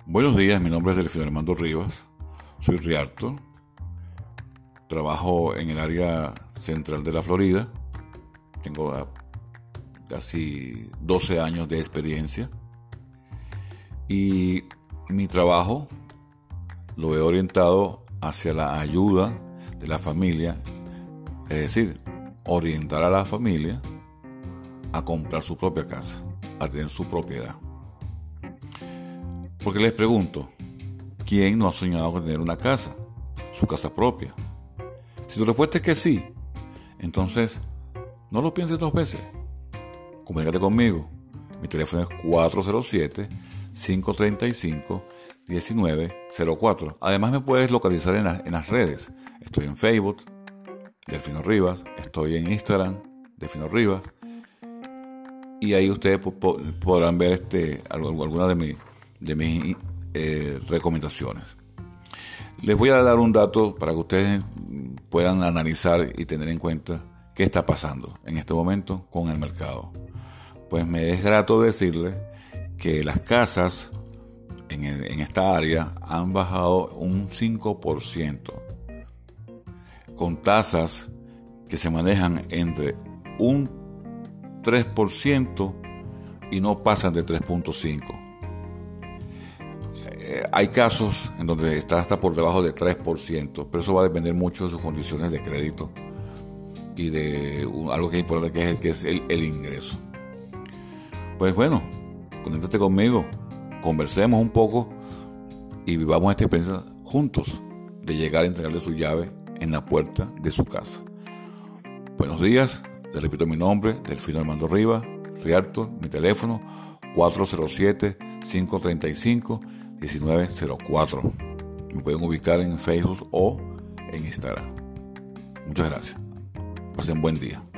Buenos días, mi nombre es Delfino Armando Rivas, soy realtor, trabajo en el área central de la Florida, tengo casi 12 años de experiencia y mi trabajo lo he orientado hacia la ayuda de la familia, es decir, orientar a la familia a comprar su propia casa, a tener su propiedad. Porque les pregunto, ¿quién no ha soñado con tener una casa, su casa propia? Si tu respuesta es que sí, entonces no lo pienses dos veces. Comunícate conmigo. Mi teléfono es 407-535-1904. Además me puedes localizar en las redes. Estoy en Facebook, Delfino Rivas. Estoy en Instagram, Delfino Rivas. Y ahí ustedes podrán ver algunas de mis recomendaciones. Les voy a dar un dato para que ustedes puedan analizar y tener en cuenta qué está pasando en este momento con el mercado. Pues me es grato decirles que las casas en esta área han bajado un 5%, con tasas que se manejan entre un 3% y no pasan de 3.5%. Hay casos en donde está hasta por debajo de 3%, pero eso va a depender mucho de sus condiciones de crédito y de algo que es importante, que es el ingreso. Pues bueno, conéctate conmigo, conversemos un poco y vivamos esta experiencia juntos de llegar a entregarle su llave en la puerta de su casa. Buenos días, les repito mi nombre, Delfino Armando Rivas, realtor, mi teléfono 407-535-1904. Me pueden ubicar en Facebook o en Instagram. Muchas gracias. Pasen buen día.